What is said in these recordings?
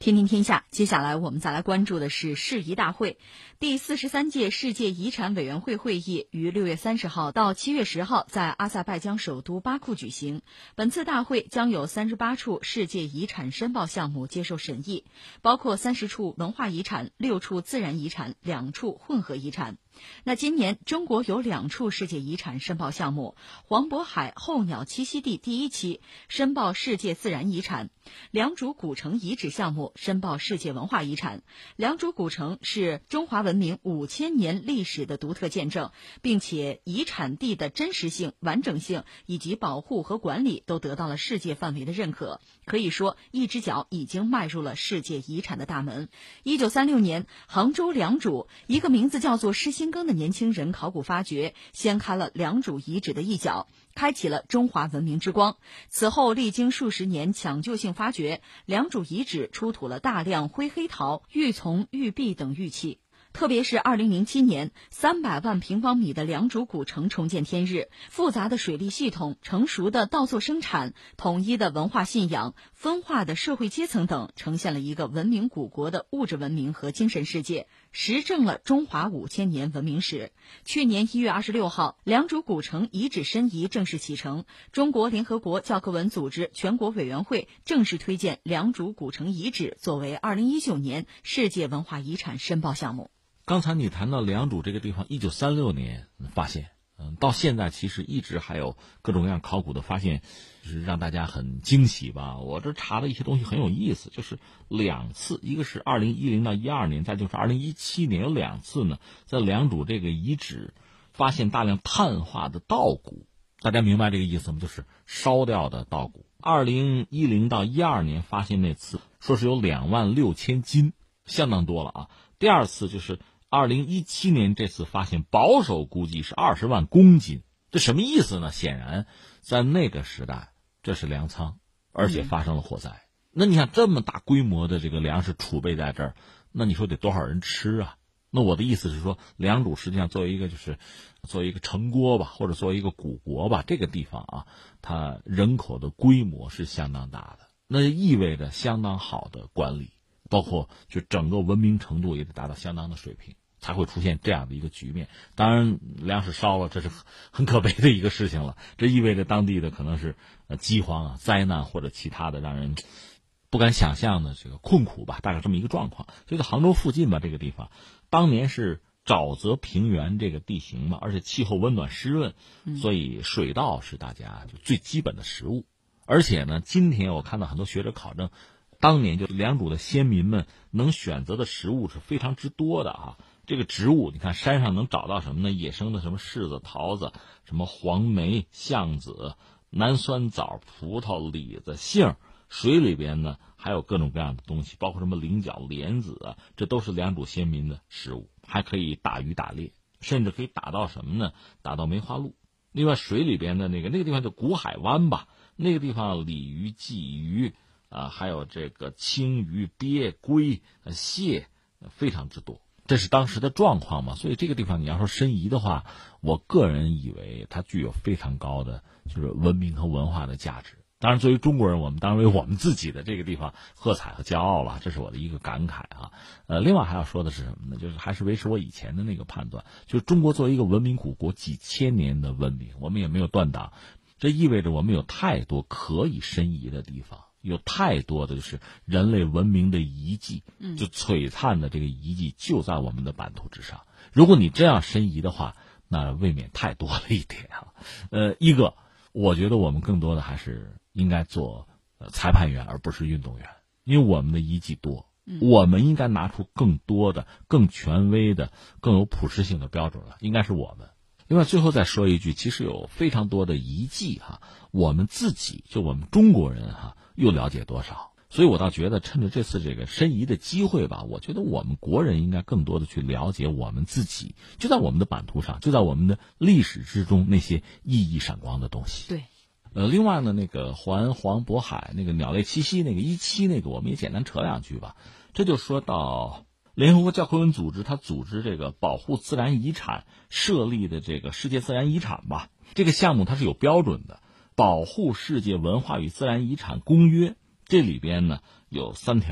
天天天下，接下来我们再来关注的是世遗大会。第43届世界遗产委员会会议于6月30号到7月10号在阿塞拜疆首都巴库举行。本次大会将有38处世界遗产申报项目接受审议，包括30处文化遗产、6处自然遗产、2处混合遗产。那今年中国有2处世界遗产申报项目，黄渤海候鸟栖息地第1期申报世界自然遗产，良渚古城遗址项目申报世界文化遗产。良渚古城是中华文明5000年历史的独特见证，并且遗产地的真实性、完整性以及保护和管理都得到了世界范围的认可，可以说一只脚已经迈入了世界遗产的大门。1936年，杭州良渚一个名字叫做施新庚的年轻人考古发掘，掀开了良渚遗址的一角，开启了中华文明之光。此后历经数十年抢救性发掘，良渚遗址出土了大量灰黑陶、玉琮、玉璧等玉器。特别是2007年，300万平方米的良渚古城重见天日，复杂的水利系统、成熟的稻作生产、统一的文化信仰、分化的社会阶层等，呈现了一个文明古国的物质文明和精神世界，实证了中华5000年文明史。去年1月26号，良渚古城遗址申遗正式启程，中国联合国教科文组织全国委员会正式推荐良渚古城遗址作为2019年世界文化遗产申报项目。 刚才你谈到良渚这个地方，1936年发现，到现在其实一直还有各种各样考古的发现，就是让大家很惊喜吧。我这查了一些东西很有意思，就是2次，一个是2010到12年，再就是2017年，有2次呢，在良渚这个遗址发现大量碳化的稻谷。大家明白这个意思吗？就是烧掉的稻谷。2010到12年发现那次，说是有26000斤，相当多了啊。第2次就是2017年，这次发现保守估计是20万公斤，这什么意思呢？显然在那个时代这是粮仓，而且发生了火灾。那你想这么大规模的这个粮食储备在这儿，那你说得多少人吃啊？那我的意思是说，良渚实际上作为一个城郭吧，或者作为一个古国吧，这个地方啊，它人口的规模是相当大的，那意味着相当好的管理，包括就整个文明程度也得达到相当的水平，才会出现这样的一个局面。当然粮食烧了，这是很可悲的一个事情了，这意味着当地的可能是饥荒啊、灾难或者其他的让人不敢想象的这个困苦吧，大概这么一个状况。所以在杭州附近吧，这个地方当年是沼泽平原这个地形嘛，而且气候温暖湿润，所以水稻是大家就最基本的食物。而且呢，今天我看到很多学者考证，当年就良渚的先民们能选择的食物是非常之多的啊。这个植物你看山上能找到什么呢？野生的什么柿子、桃子，什么黄梅、橡子、南酸枣、葡萄、李子、杏。水里边呢还有各种各样的东西，包括什么菱角、莲子啊，这都是良渚先民的食物。还可以打鱼打猎，甚至可以打到什么呢？打到梅花鹿。另外水里边的那个地方叫古海湾吧，那个地方鲤鱼、鲫鱼啊，还有这个青鱼、鳖、龟、蟹非常之多。这是当时的状况嘛，所以这个地方你要说申遗的话，我个人以为它具有非常高的就是文明和文化的价值。当然作为中国人，我们当然为我们自己的这个地方喝彩和骄傲了，这是我的一个感慨啊。另外还要说的是什么呢？就是还是维持我以前的那个判断，就是中国作为一个文明古国，几千年的文明，我们也没有断档，这意味着我们有太多可以申遗的地方，有太多的就是人类文明的遗迹，就璀璨的这个遗迹就在我们的版图之上。如果你这样申遗的话，那未免太多了一点啊。一个我觉得我们更多的还是应该做裁判员，而不是运动员，因为我们的遗迹多，我们应该拿出更多的、更权威的、更有普适性的标准了，应该是我们。另外最后再说一句，其实有非常多的遗迹我们自己就我们中国人又了解多少？所以我倒觉得趁着这次这个申遗的机会吧，我觉得我们国人应该更多的去了解我们自己，就在我们的版图上，就在我们的历史之中那些熠熠闪光的东西。 对。 另外呢，那个黄渤海那个鸟类栖息那个1期那个，我们也简单扯2句吧。这就说到联合国教科文组织，它组织这个保护自然遗产设立的这个世界自然遗产吧，这个项目它是有标准的，保护世界文化与自然遗产公约，这里边呢有3条，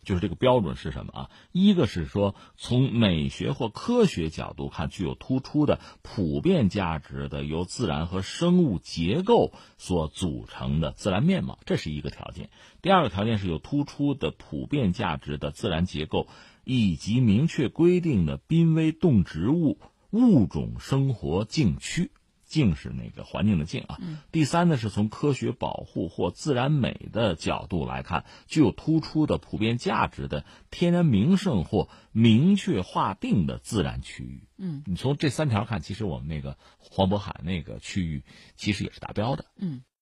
就是这个标准是什么啊？一个是说从美学或科学角度看，具有突出的普遍价值的由自然和生物结构所组成的自然面貌，这是一个条件。第二个条件是有突出的普遍价值的自然结构，以及明确规定的濒危动植物物种生活境区。境是那个环境的境啊。第三呢，是从科学保护或自然美的角度来看，具有突出的普遍价值的天然名胜或明确划定的自然区域。你从这3条看，其实我们那个黄渤海那个区域其实也是达标的。